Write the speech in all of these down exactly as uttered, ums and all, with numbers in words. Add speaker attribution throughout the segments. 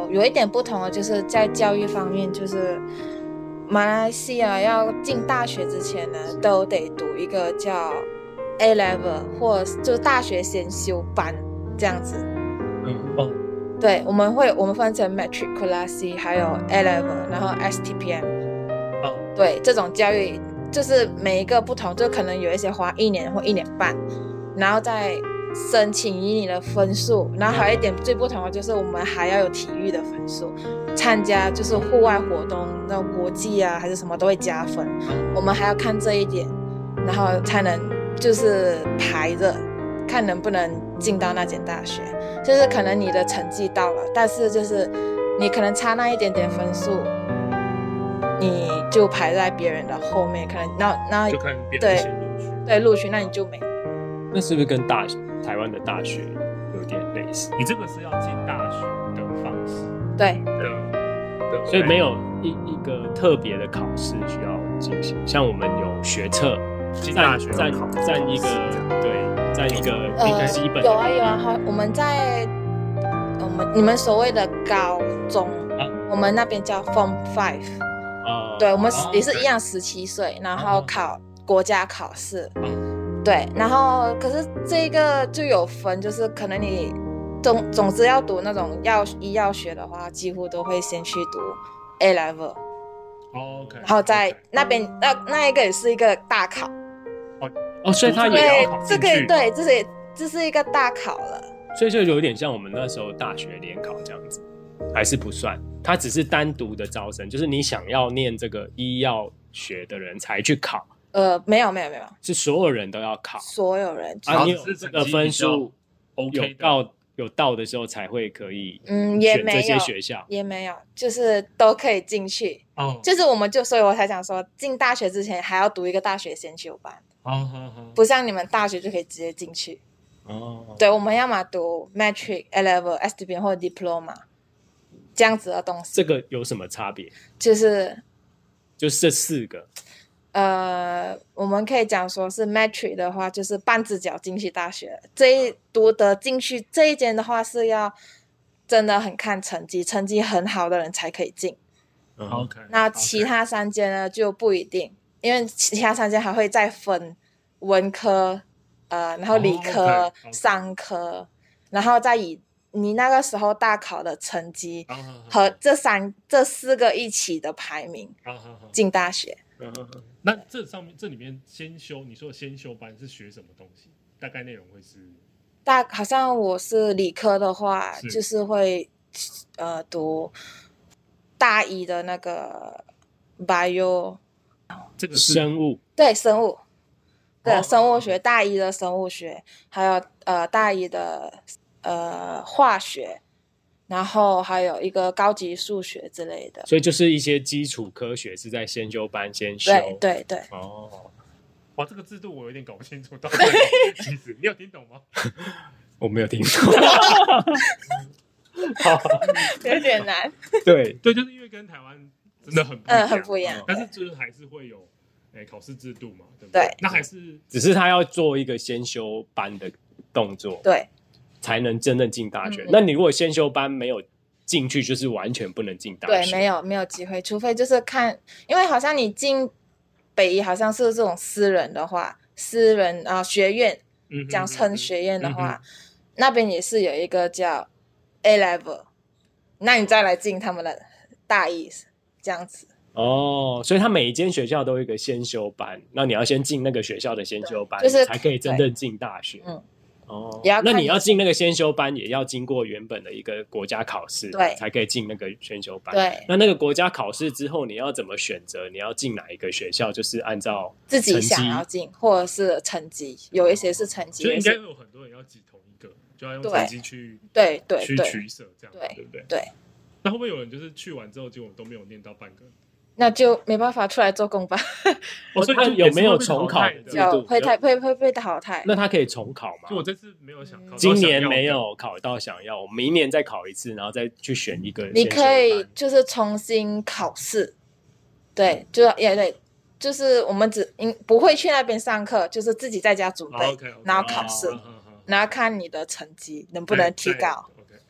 Speaker 1: 有一点不同的就是在教育方面，就是马来西亚要进大学之前呢，都得读一个叫 A level 或就是大学先修班这样子。
Speaker 2: 嗯哦，
Speaker 1: 对，我们会我们分成 Matriculasi 还有 A level， 然后 S T P M。
Speaker 2: 哦，
Speaker 1: 对，这种教育就是每一个不同，就可能有一些花一年或一年半，然后再申请以你的分数，然后还有一点最不同的就是我们还要有体育的分数，参加就是户外活动，那种国际啊还是什么都会加分，我们还要看这一点，然后才能就是排着看能不能进到那间大学。就是可能你的成绩到了，但是就是你可能差那一点点分数，你就排在别人的后面，可能那那
Speaker 2: 就看别人先录取。
Speaker 1: 对录取，那你就没了。
Speaker 3: 那是不是跟大台湾的大学有点类似？
Speaker 2: 你这个是要进大学的方式，
Speaker 1: 对
Speaker 2: 的的，
Speaker 3: 所以没有一一个特别的考试需要进行，像我们有学测，
Speaker 2: 进大学
Speaker 3: 占
Speaker 2: 考
Speaker 3: 占一个对占一个
Speaker 1: 呃
Speaker 3: 基本的、
Speaker 1: 有啊有啊，好，我们在我们你们所谓的高中，
Speaker 2: 啊、
Speaker 1: 我们那边叫 Form Five，、
Speaker 3: 哦、
Speaker 1: 对，我们
Speaker 2: 哦
Speaker 1: 也是一样十七岁，然后考国家考试。
Speaker 2: 哦
Speaker 1: 对，然后可是这个就有分，就是可能你总总之要读那种药医药学的话，几乎都会先去读 A level，
Speaker 2: 哦 ，OK，
Speaker 1: 然后在那边那那一个也是一个大考。
Speaker 3: 哦，所以他也
Speaker 1: 对
Speaker 3: 要考，
Speaker 1: 这
Speaker 3: 进去
Speaker 1: 个对，这是这是一个大考了。
Speaker 3: 所以就有点像我们那时候大学联考这样子，还是不算，它只是单独的招生，就是你想要念这个医药学的人才去考。
Speaker 1: 呃，没有没有没有，
Speaker 3: 是所有人都要考，
Speaker 1: 所有人
Speaker 3: 啊，你有这个分数
Speaker 2: OK
Speaker 3: 有到有到的时候才会可以
Speaker 1: 嗯也
Speaker 3: 选这些
Speaker 1: 没有
Speaker 3: 学校，
Speaker 1: 也没有，就是都可以进去。
Speaker 2: 哦，
Speaker 1: 就是我们就所以我才想说，进大学之前还要读一个大学先修班，
Speaker 2: 好好好，
Speaker 1: 不像你们大学就可以直接进去。
Speaker 3: 哦，
Speaker 1: 对，我们要么读 Matric A level S T P M 或者 Diploma 这样子的东西。
Speaker 3: 这个有什么差别？
Speaker 1: 就是
Speaker 3: 就是这四个。
Speaker 1: 呃，我们可以讲说是 Matric 的话，就是半只脚进去大学。这一读得进去这一间的话，是要真的很看成绩，成绩很好的人才可以进。
Speaker 3: 嗯、
Speaker 2: OK，
Speaker 1: 那其他三间呢就不一定，因为其他三间还会再分文科，呃，然后理科、
Speaker 2: 哦 okay, okay.
Speaker 1: 商科，然后再以你那个时候大考的成绩
Speaker 2: 好好好
Speaker 1: 和这三这四个一起的排名
Speaker 2: 好好好
Speaker 1: 进大学。
Speaker 3: 嗯嗯嗯
Speaker 2: 那这上面这里面先修，你说的先修班是学什么东西？大概内容会是？
Speaker 1: 大好像我是理科的话，
Speaker 2: 是
Speaker 1: 就是会呃读大一的那个 bio，
Speaker 2: 这个是
Speaker 3: 生物
Speaker 1: 对生物，对、
Speaker 2: 哦
Speaker 1: 生物学，大一的生物学，还有呃大一的呃化学，然后还有一个高级数学之类的。
Speaker 3: 所以就是一些基础科学是在先修班先修。
Speaker 1: 对对对，
Speaker 3: 哦，
Speaker 2: 哇，这个制度我有点搞不清楚，到底其实你有听懂吗？
Speaker 3: 我没有听说。好，
Speaker 1: 有点难。
Speaker 3: 对，
Speaker 2: 对，就是因为跟台湾真的很不一样，
Speaker 1: 嗯很不一样
Speaker 2: 但是就是还是会有诶考试制度嘛，对不
Speaker 1: 对
Speaker 2: 那还是
Speaker 3: 只是他要做一个先修班的动作，
Speaker 1: 对，
Speaker 3: 才能真正进大学。
Speaker 1: 嗯
Speaker 3: 那你如果先修班没有进去，就是完全不能进大学。
Speaker 1: 对，没有没有机会，除非就是看，因为好像你进北医好像是这种私人的话，私人啊、呃、学院，
Speaker 2: 嗯哼
Speaker 1: 讲称学院的话，
Speaker 2: 嗯
Speaker 1: 那边也是有一个叫 A level， 那你再来进他们的大一这样子。
Speaker 3: 哦，所以他每一间学校都有一个先修班，那你要先进那个学校的先修班，
Speaker 1: 就是
Speaker 3: 才可以真正进大学。
Speaker 1: 嗯，
Speaker 3: 哦，
Speaker 1: 也要看
Speaker 3: 那你要进那个先修班，也要经过原本的一个国家考试，
Speaker 1: 对
Speaker 3: 才可以进那个先修班。
Speaker 1: 对，
Speaker 3: 那那个国家考试之后，你要怎么选择？你要进哪一个学校？就是按照
Speaker 1: 自己
Speaker 3: 成绩
Speaker 1: 想要进，或者是成绩，有一些是成绩，
Speaker 2: 就应该
Speaker 1: 有一些
Speaker 2: 有很多人要挤同一个，就要用
Speaker 1: 对
Speaker 2: 成绩去去
Speaker 1: 对对对
Speaker 2: 取舍，这样
Speaker 1: 对
Speaker 2: 对不对？
Speaker 1: 对，
Speaker 2: 那会不会有人就是去完之后，结果都没有念到半个？
Speaker 1: 那就没办法出来做工吧，
Speaker 2: 哦，所以就
Speaker 3: 那有没有重考
Speaker 2: 也是会被淘汰的
Speaker 3: 制度
Speaker 1: 就会太会会被淘汰。
Speaker 3: 那他可以重考吗？
Speaker 2: 就我这次没有想考到
Speaker 3: 今
Speaker 2: 想要的，
Speaker 3: 年没有考到想要，我明年再考一次，然后再去选一个先修班。
Speaker 1: 你可以就是重新考试，对，就也对，就是我们只应不会去那边上课，就是自己在家准备，
Speaker 2: 哦，OK，OK，
Speaker 1: 然后考试，
Speaker 2: 哦好好好
Speaker 1: 然后看你的成绩能不能提高。
Speaker 2: 对对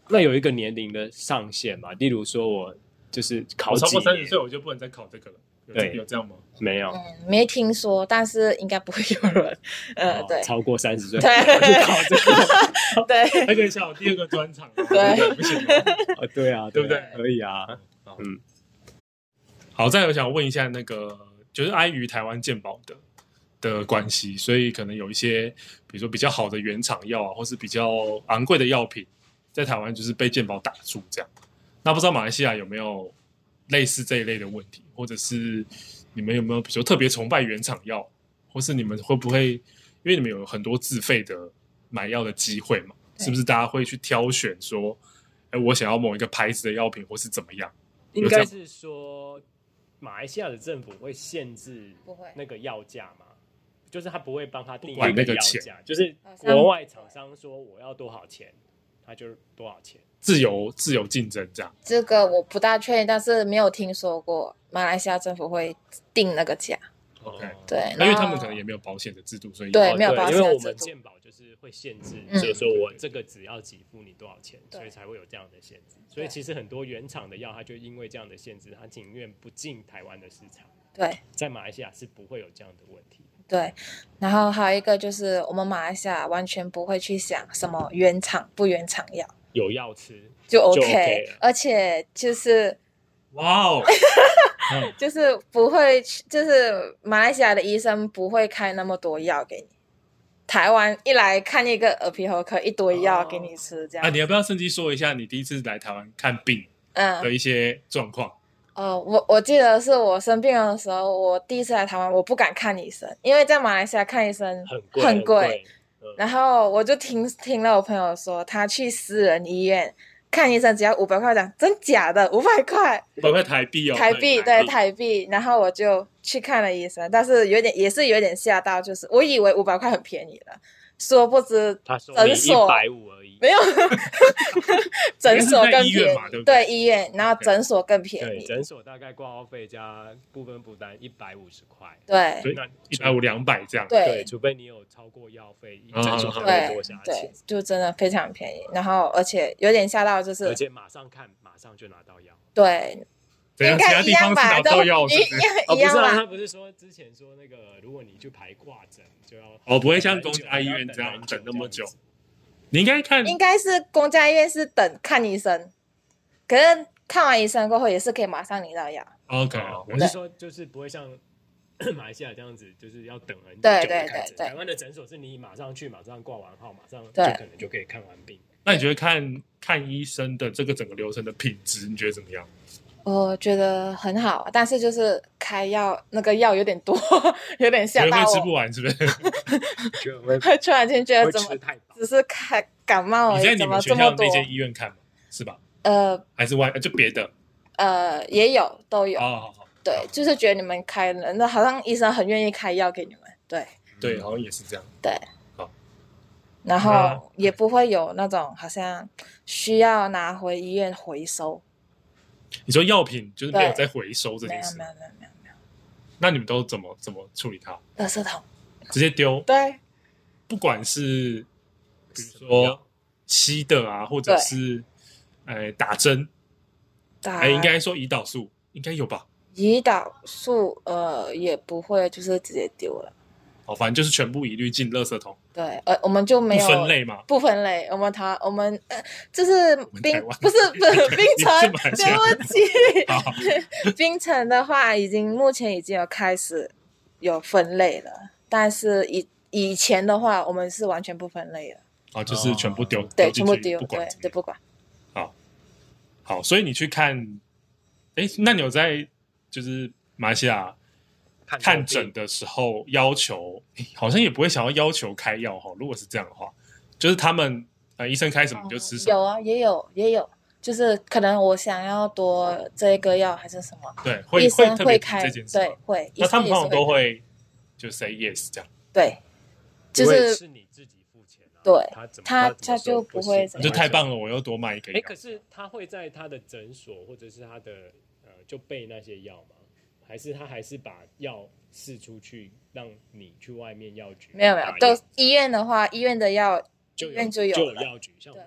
Speaker 3: 那有一个年龄的上限嘛？例如说我就是考几年，
Speaker 2: 我超过三十岁我就不能再考这个了。有
Speaker 3: 对，
Speaker 2: 有这样吗？
Speaker 3: 没有，
Speaker 1: 嗯，没听说，但是应该不会有人，呃，
Speaker 3: 哦、
Speaker 1: 对，
Speaker 3: 超过三十岁
Speaker 1: 对
Speaker 3: 去考这个，
Speaker 1: 对，
Speaker 2: 还可以下第二个专场，
Speaker 1: 对，
Speaker 2: 不行吗？
Speaker 3: 哦，对啊，
Speaker 2: 对不对？
Speaker 3: 可以啊，
Speaker 2: 嗯。好，再我想问一下，那个就是碍于台湾健保的的关系，所以可能有一些，比如说比较好的原厂药啊，或是比较昂贵的药品，在台湾就是被健保打住这样。那不知道马来西亚有没有类似这一类的问题，或者是你们有没有比如说特别崇拜原厂药，或是你们会不会因为你们有很多自费的买药的机会嘛？是不是大家会去挑选说，哎，我想要某一个牌子的药品，或是怎么样？
Speaker 3: 应该是说。马来西亚的政府会限制那个药价吗？就是他不会帮他定一个药价，就是国外厂商说我要多少钱，他就多少钱，
Speaker 2: 自由自由竞争这样。
Speaker 1: 这个我不大确定，但是没有听说过马来西亚政府会定那个价。
Speaker 2: OK，
Speaker 1: 对，
Speaker 2: 因为他们可能也没有保险的制度，所以
Speaker 1: 对没有保险的制度，
Speaker 3: 因为我们健保就是会限制，所以说我这个只要给付你多少钱，所以才会有这样的限制。所以其实很多原厂的药，它就因为这样的限制，它情愿不进台湾的市场。
Speaker 1: 对，
Speaker 3: 在马来西亚是不会有这样的问题。
Speaker 1: 对，然后还有一个就是我们马来西亚完全不会去想什么原厂不原厂药，
Speaker 3: 有药吃
Speaker 1: 就 OK，,
Speaker 3: 就 OK
Speaker 1: 而且就是
Speaker 2: 哇哦。
Speaker 1: 就是不会，就是马来西亚的医生不会开那么多药给你。台湾一来看一个耳鼻喉科，一堆药给你吃，这样。
Speaker 2: 啊，你要不要趁机说一下你第一次来台湾看病的一些状况？
Speaker 1: 嗯、呃，我我记得是我生病的时候，我第一次来台湾，我不敢看医生，因为在马来西亚看医生
Speaker 3: 很贵，
Speaker 1: 很贵。
Speaker 3: 很贵嗯、
Speaker 1: 然后我就听听了我朋友说，他去私人医院。看医生只要五百块，讲真假的五百块，
Speaker 2: 五百块台币哦，
Speaker 1: 台币对台币，然后我就去看了医生，但是有点也是有点吓到，就是我以为五百块很便宜了，殊不知诊所
Speaker 3: 一百五而已，
Speaker 1: 没有，诊所更便宜，
Speaker 2: 对,
Speaker 1: 对医院，然后诊所更便宜，
Speaker 3: 对诊所大概挂号费加部分负担一百五十块，
Speaker 1: 对，
Speaker 2: 所以一百五两百这样，
Speaker 1: 对，
Speaker 3: 除非你有超过药费，诊所才会多加钱，
Speaker 1: 对，就真的非常便宜，然后而且有点吓到，就是
Speaker 3: 而且马上看，马上就拿到药，
Speaker 1: 对。
Speaker 2: 应该一样吧，
Speaker 1: 都
Speaker 2: 一样
Speaker 3: 哦，不是啊，他不是说之前说那个，如果你去排挂诊就要
Speaker 2: 哦，不会像公家医院这样等那么久。你应该看，
Speaker 1: 应该是公家医院是等看医生，可是看完医生过后也是可以马上领到药。
Speaker 2: OK，
Speaker 3: 我是说就是不会像马来西亚这样子，就是要等很久。
Speaker 1: 对对对对，
Speaker 3: 台湾的诊所是你马上去，马上挂完号，马上就可能就可以看完病。
Speaker 2: 那你觉得看看医生的这个整个流程的品质，你觉得怎么样？
Speaker 1: 我觉得很好，但是就是开药那个药有点多，有点吓到我。
Speaker 2: 会吃不完是不是？
Speaker 1: 会突然间觉得怎么只是开感冒而已，怎么这么多？
Speaker 2: 你在你们学校那间医院看吗？是吧？
Speaker 1: 呃，
Speaker 2: 还是外就别的？
Speaker 1: 呃，也有都有。
Speaker 2: 哦，好好。
Speaker 1: 对，就是觉得你们开了，那好像医生很愿意开药给你们。对。
Speaker 2: 对，好像也是这样。
Speaker 1: 对。
Speaker 2: 好。
Speaker 1: 然后也不会有那种好像需要拿回医院回收。
Speaker 2: 你说药品就是没有在回收这件事？
Speaker 1: 没有没有没有没有。
Speaker 2: 那你们都怎么怎么处理它？
Speaker 1: 垃圾桶。
Speaker 2: 直接丢。
Speaker 1: 对。
Speaker 2: 不管是比如说吸的啊，或者是呃打针，哎，应该说胰岛素应该有吧？
Speaker 1: 胰岛素呃也不会，就是直接丢了。
Speaker 2: 哦，反正就是全部一律进垃圾桶。
Speaker 1: 对，呃，我们就没有
Speaker 2: 不分类嘛？
Speaker 1: 不分类，我们台我们呃，就是冰不是不是冰城，对不起，冰城的话，已经目前已经有开始有分类了，但是以以前的话，我们是完全不分类的。
Speaker 2: 哦，就是全部丢，
Speaker 1: 对，全部丢，
Speaker 2: 不管，
Speaker 1: 对，不管。
Speaker 2: 好，好，所以你去看，哎，那你有在就是马来西亚看诊的时候要求，好像也不会想要要求开药哈。如果是这样的话，就是他们呃医生开什么就吃什么。
Speaker 1: 有啊，也有也有，就是可能我想要多这个药还是什么，
Speaker 2: 对，会
Speaker 1: 医生
Speaker 2: 会
Speaker 1: 开，
Speaker 2: 这件事
Speaker 1: 对，会。
Speaker 2: 那他们通常都会就 say yes 这样。
Speaker 1: 对，就是
Speaker 3: 是你自己付钱啊。
Speaker 1: 对，
Speaker 3: 他
Speaker 1: 他就不会，
Speaker 2: 就太棒了，我又多买一个药。
Speaker 3: 哎，可是他会在他的诊所或者是他的呃就备那些药吗？还是他还是把药释出去，让你去外面药局？
Speaker 1: 没有没有，都医院的话，医院的药
Speaker 3: 就
Speaker 1: 医院就有
Speaker 3: 就有药局，像我们这里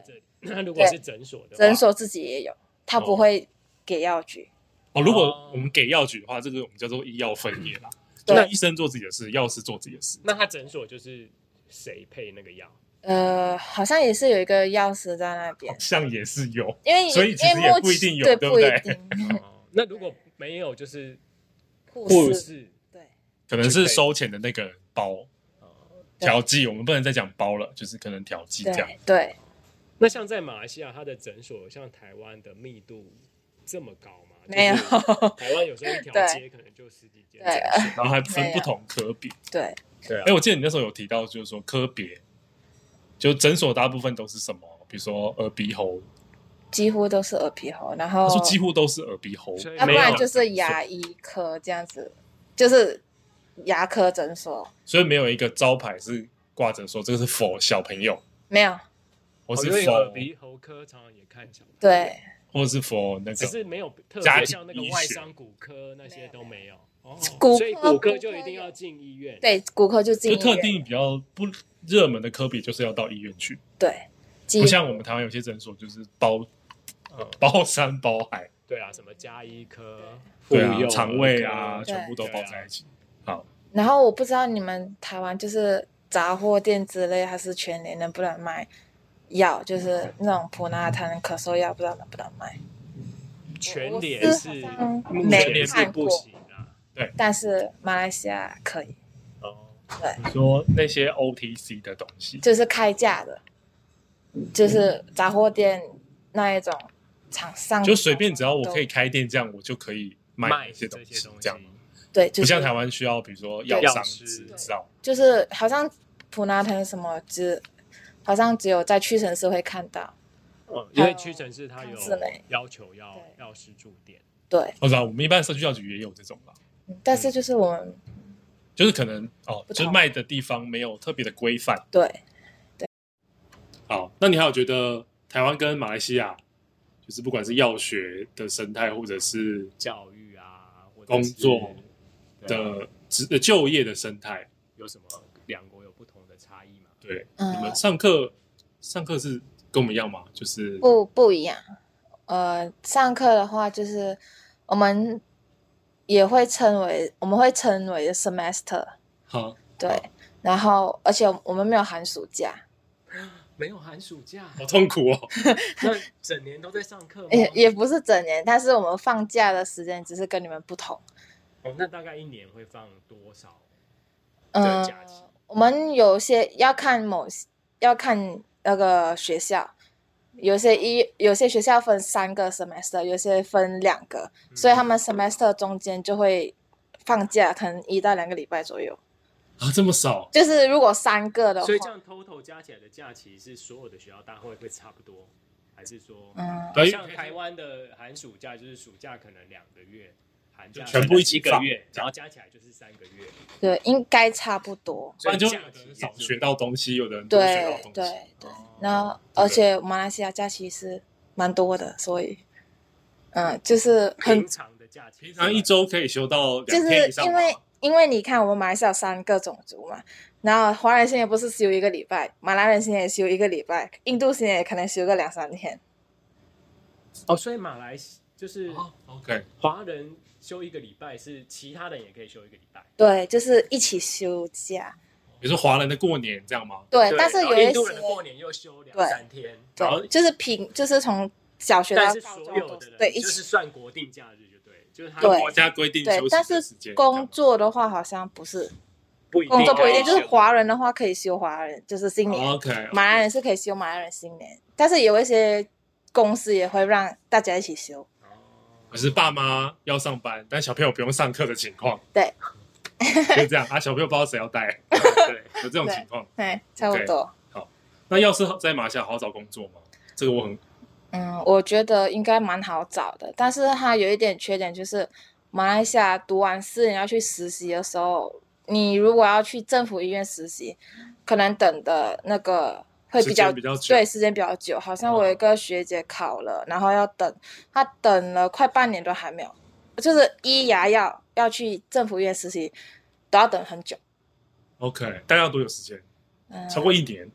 Speaker 3: 那如果是诊所的话，
Speaker 1: 诊所自己也有，他不会给药局。
Speaker 2: 哦，如果我们给药局的话，这个我们叫做医药分业啦。那医生做自己的事，药师做自己的事。
Speaker 3: 那他诊所就是谁配那个药？
Speaker 1: 呃，好像也是有一个药师在那边，
Speaker 2: 好像也是有，
Speaker 1: 因为
Speaker 2: 所以其实也不一定有，
Speaker 1: 对
Speaker 2: 对不对？
Speaker 3: 哦，那如果没有，就是
Speaker 1: 护士，对，
Speaker 2: 可能是收钱的那个人包调剂，我们不能再讲包了，就是可能调剂这样。
Speaker 1: 对。
Speaker 3: 那像在马来西亚，它的诊所像台湾的密度这么高吗？
Speaker 1: 没有，
Speaker 3: 台湾有时候一条街可能就十几间，
Speaker 2: 然后还分不同科别。
Speaker 1: 对
Speaker 3: 对啊。
Speaker 2: 哎，我记得你那时候有提到，就是说科别，就诊所大部分都是什么？比如说耳鼻喉，
Speaker 1: 几乎都是耳鼻喉，然后
Speaker 2: 他说几乎都是耳鼻喉，
Speaker 1: 要不然就是牙医科这样子，就是牙科诊所。
Speaker 2: 所以没有一个招牌是挂着说这个是 for 小朋友，
Speaker 1: 没有。
Speaker 2: 我是
Speaker 3: for 耳鼻喉科常常也看小朋友，
Speaker 1: 对，
Speaker 2: 或者是 for 那个，
Speaker 3: 只是没有特别像那个外伤骨科那些都没有。哦，
Speaker 1: 骨
Speaker 3: 所以骨科就一定要进医院。
Speaker 1: 对，骨科就进医院。
Speaker 2: 就特定比较不热门的科比，就是要到医院去。
Speaker 1: 对，
Speaker 2: 不像我们台湾有些诊所就是包，嗯，包山包海。
Speaker 3: 对啊，什么家医科、
Speaker 2: 对啊，肠胃啊，全部都包在一起。好。
Speaker 1: 然后我不知道你们台湾就是杂货店之类，还是全联能不能卖药，就是那种普拿疼咳嗽药，不知道能不能卖。
Speaker 3: 全联是
Speaker 1: 没看过，
Speaker 2: 对，
Speaker 1: 但是马来西亚可以。
Speaker 3: 哦，
Speaker 1: 对，
Speaker 2: 你说那些 O T C 的东西，
Speaker 1: 就是开价的，就是杂货店那一种厂商，
Speaker 2: 就随便只要我可以开店，这样我就可以卖一些东西，这样。
Speaker 1: 对，就是
Speaker 2: 不像台湾需要，比如说药商执照，
Speaker 1: 就是好像普拿疼什么只，好像只有在屈臣氏会看到。
Speaker 3: 嗯，因为屈臣氏它有要求要药师驻店。
Speaker 1: 对，
Speaker 2: 我知道我们一般社区药局也有这种啦，
Speaker 1: 但是就是我们
Speaker 2: 就是可能哦，就是卖的地方没有特别的规范。
Speaker 1: 对对。
Speaker 2: 好，那你还有觉得台湾跟马来西亚，就是不管是药学的生态，或者是
Speaker 3: 教育啊，
Speaker 2: 工作的职的就业的生态，
Speaker 3: 有什么两国有不同的差异吗？
Speaker 2: 对，你们上课上课是跟我们一样吗？就是
Speaker 1: 不不一样。呃，上课的话就是我们也会称为我们会称为 semester。
Speaker 2: 好，
Speaker 1: 对，然后而且我们没有寒暑假。
Speaker 3: 没有寒暑假，
Speaker 2: 好痛苦哦。
Speaker 3: 那整年都在上课吗？
Speaker 1: 也也不是整年，但是我们放假的时间只是跟你们不同。
Speaker 3: 哦，那大概一年会放多少的假期？
Speaker 1: 呃、我们有些要看某要看那个学校，有些一有些学校分三个 semester， 有些分两个，嗯、所以他们 semester 中间就会放假，可能一到两个礼拜左右。
Speaker 2: 啊，这么少？
Speaker 1: 就是如果三个的话，
Speaker 3: 所以这样 total 加起来的假期是所有的学校大会会差不多，还是说，嗯，像台湾的寒暑假就是暑假可能两个月，寒假
Speaker 2: 全部一起
Speaker 3: 一个月，然后加起来就是三个月。
Speaker 1: 对，应该差不多。
Speaker 2: 不然就有的人少学到东西，有的人多学到东西。
Speaker 1: 对对对。然后，而且马来西亚假期是蛮多的，所以，嗯，就是很
Speaker 3: 平常的假期，
Speaker 2: 平常一周可以休到两天以上。
Speaker 1: 就是因为因为你看，我们马来西亚有三个种族嘛，然后华人现在不是休一个礼拜，马来人现在也休一个礼拜，印度现在也可能休个两三天。
Speaker 3: 哦，所以马来就是
Speaker 2: OK，
Speaker 3: 华人休一个礼拜，是其他人也可以休一个礼拜。
Speaker 1: 对，就是一起休假。
Speaker 2: 比如说华人的过年这样吗？
Speaker 1: 对，但是有一些
Speaker 3: 印度人的过年又休两三天，
Speaker 1: 然后就是平，就是从小学到高中，
Speaker 3: 但是所有的人
Speaker 1: 对，
Speaker 3: 就是算国定假日就对，就是他
Speaker 2: 国家规定休息的时间。
Speaker 1: 但是工作的话好像不是，
Speaker 3: 不一定，
Speaker 1: 工作不一定，就是华人的话可以休华人，就是新年。
Speaker 2: OK，
Speaker 1: 马来人是可以休马来人新年，但是有一些公司也会让大家一起休。
Speaker 2: 可是爸妈要上班，但小朋友不用上课的情况。
Speaker 1: 对。
Speaker 2: 就这样啊，小朋友不知道谁要带，对，有这种情况，
Speaker 1: 对，差不多。
Speaker 2: Okay, 好，那要是在马来西亚好找工作吗？这个我很，
Speaker 1: 嗯，我觉得应该蛮好找的，但是它有一点缺点，就是马来西亚读完四年要去实习的时候，你如果要去政府医院实习，可能等的那个会比较
Speaker 2: 比较久，
Speaker 1: 对，时间比较久。好像我有一个学姐考了，然后要等，她等了快半年都还没有。就是医牙要要去政府医院实习，都要等很久。
Speaker 2: OK，大概要多久时间？嗯、超过一年？
Speaker 1: 我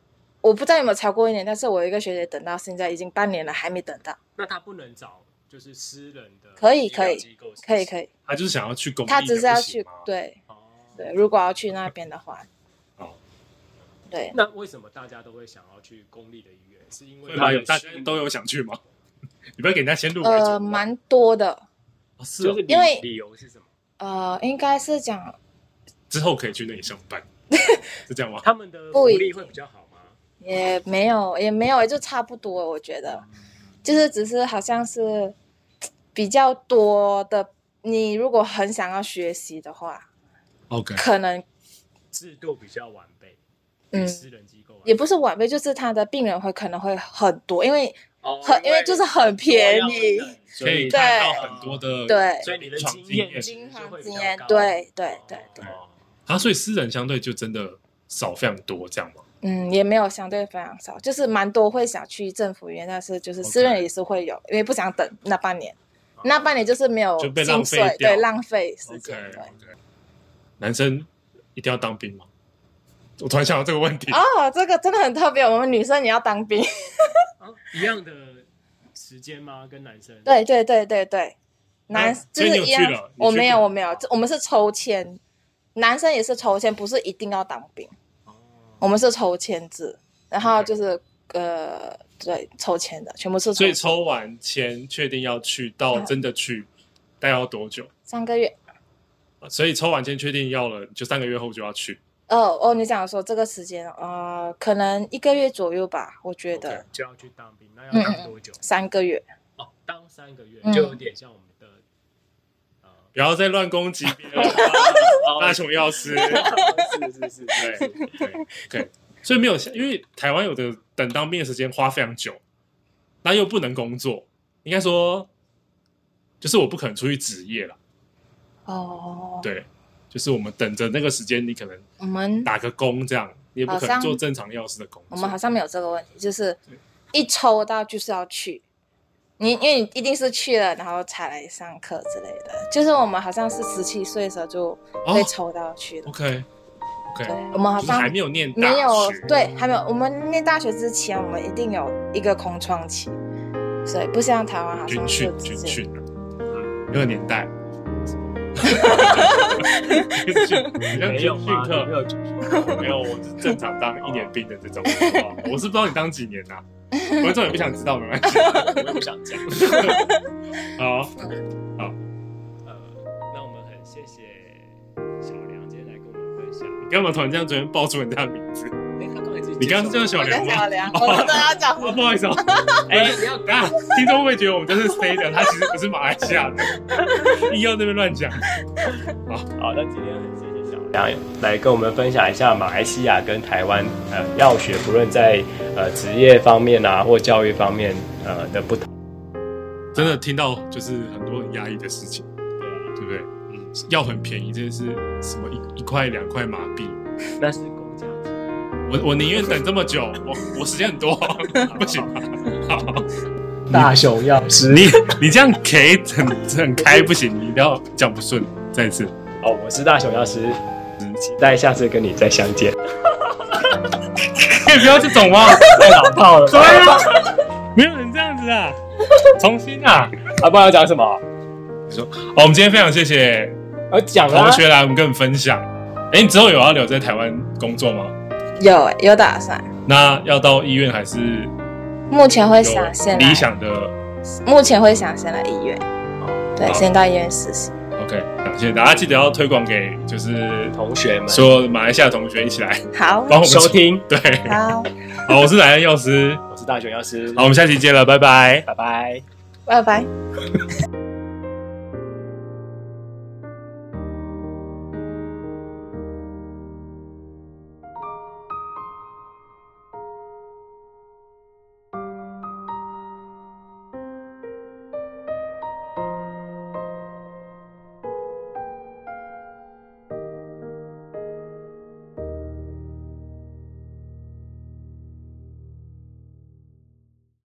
Speaker 1: 我不知道有没有超过一年，但是我有一个学姐等到现在已经半年了，还没等到。
Speaker 3: 那他不能找就是私人的？
Speaker 1: 可以可以可以可以。
Speaker 2: 他就是想要去公立的，
Speaker 1: 他只是要去对、哦、对，如果要去那边的话。哦，对。
Speaker 3: 那为什么大家都会想要去公立的医院？是因为
Speaker 2: 大家都有想去吗？你不要给人家先入为主。
Speaker 1: 呃，蛮多的。
Speaker 2: 哦、是、哦，
Speaker 3: 就是
Speaker 1: 因为
Speaker 3: 理由是什么？
Speaker 1: 呃，应该是讲
Speaker 2: 之后可以去那里上班，是这样吗？
Speaker 3: 他们的福利会比较好吗？
Speaker 1: 也没有，也没有，就差不多。我觉得，就是只是好像是比较多的。你如果很想要学习的话
Speaker 2: ，OK，
Speaker 1: 可能
Speaker 3: 制度比较完备。嗯，私人机构
Speaker 1: 也不是晚辈，就是他的病人会可能会很多，因为
Speaker 3: 哦，
Speaker 1: 很因为就是很便宜，
Speaker 2: 可以看到很多的
Speaker 1: 对，
Speaker 3: 所以你的经验
Speaker 1: 经常经验，对对对对。
Speaker 2: 啊，所以私人相对就真的少非常多，这样吗？
Speaker 1: 嗯，也没有相对非常少，就是蛮多会想去政府医院，但是就是私人也是会有， okay. 因为不想等那半年，那半年就是没有
Speaker 2: 就被浪费掉，
Speaker 1: 对，浪费时间。Okay,
Speaker 2: 对， okay. 男生一定要当兵吗？我突然想到这个问题
Speaker 1: 哦，这个真的很特别。我们女生也要当兵，
Speaker 3: 啊、一样的时间吗？跟男生？
Speaker 1: 对对对对对，男、啊、就是一样。我没有，我没有，我们是抽签，男生也是抽签，不是一定要当兵。哦，我们是抽签制，然后就是、okay. 呃，对，抽签的，全部是抽签。
Speaker 2: 所以抽完签确定要去，到真的去，嗯、大概要多久？
Speaker 1: 三个月。
Speaker 2: 所以抽完签确定要了，就三个月后就要去。
Speaker 1: 哦哦，你想说这个时间，呃，可能一个月左右吧，我觉得。
Speaker 3: Okay, 就要去当兵，那要当多久？
Speaker 1: 嗯、三个月。
Speaker 3: 哦，当三个月、嗯、就有点像我们的，呃，
Speaker 2: 不要再乱攻击别人了，大雄药师。
Speaker 3: 是是是，
Speaker 2: 对对对，所以没有，因为台湾有的等当兵的时间花非常久，那又不能工作，应该说，就是我不可能出去职业了。
Speaker 1: 哦。
Speaker 2: 对。就是我们等着那个时间，你可能我们打个工这样，你也不可能做正常药师的工作。
Speaker 1: 我们好像没有这个问题，就是一抽到就是要去，你因为你一定是去了，然后才来上课之类的。就是我们好像是十七岁的时候就被抽到去了。
Speaker 2: 哦、OK OK，
Speaker 1: 对，我们好像
Speaker 2: 还没有念大学，
Speaker 1: 没有对，还没有。我们念大学之前，我们一定有一个空窗期，所以不像台湾好像是
Speaker 2: 军训军训的，嗯，那个年代。
Speaker 3: 没有
Speaker 2: 训课，
Speaker 3: 没有军训，
Speaker 2: 没有，我是正常当一年兵的这种。我是不知道你当几年啊，观众也不想知道，没关系，
Speaker 3: 我也不想讲。
Speaker 2: 好，好，
Speaker 3: 呃，那我们很谢谢小梁今天来跟我们分享。
Speaker 2: 你干嘛突然这样随便报出人家的名字？
Speaker 3: 哎、欸，他刚才自己，
Speaker 2: 你刚刚是叫小梁吗？
Speaker 1: 小梁，我真的要讲。
Speaker 2: 哦，不好意思哦。哎、欸，不要打，听众会不会觉得我们这是 C 的？他其实不是马来西亚的，硬要那边乱讲。好，
Speaker 3: 好，那今天很谢谢小梁来跟我们分享一下马来西亚跟台湾呃药学，不论在呃职业方面啊或教育方面呃的不同。
Speaker 2: 真的听到就是很多很压抑的事情，对啊，对不对？嗯，药很便宜，这是什么一一块两块马币？
Speaker 3: 那是。
Speaker 2: 我我宁愿等这么久，我我时间很多，不行吗？好，
Speaker 3: 大雄药师，
Speaker 2: 你你这样 K 很很开不行，你一定要讲不顺，再一次。
Speaker 3: 哦，我是大雄药师，期待下次跟你再相见。
Speaker 2: 可以不要这种吗？
Speaker 3: 太老套了。
Speaker 2: 对啊，没有人这样子啊，重新啊，
Speaker 3: 啊，不然要讲什么？
Speaker 2: 你说，哦，我们今天非常谢谢
Speaker 3: 我讲
Speaker 2: 同学来我们跟我们分享。哎，你之后有要留在台湾工作吗？
Speaker 1: 有有打算。
Speaker 2: 那要到医院还是？
Speaker 1: 目前会想先来
Speaker 2: 理想的。
Speaker 1: 目前会想先来医院，对，先到医院实习。
Speaker 2: OK， 谢谢大家，记得要推广给就是
Speaker 3: 同学们，
Speaker 2: 所有马来西亚同学一起来，
Speaker 1: 好，
Speaker 2: 帮我们
Speaker 3: 收听。
Speaker 2: 对，
Speaker 1: 好，
Speaker 2: 好，我是莱恩药师，
Speaker 3: 我是大雄药师，
Speaker 2: 好，我们下期见了，拜拜，
Speaker 3: 拜拜，
Speaker 1: 拜拜。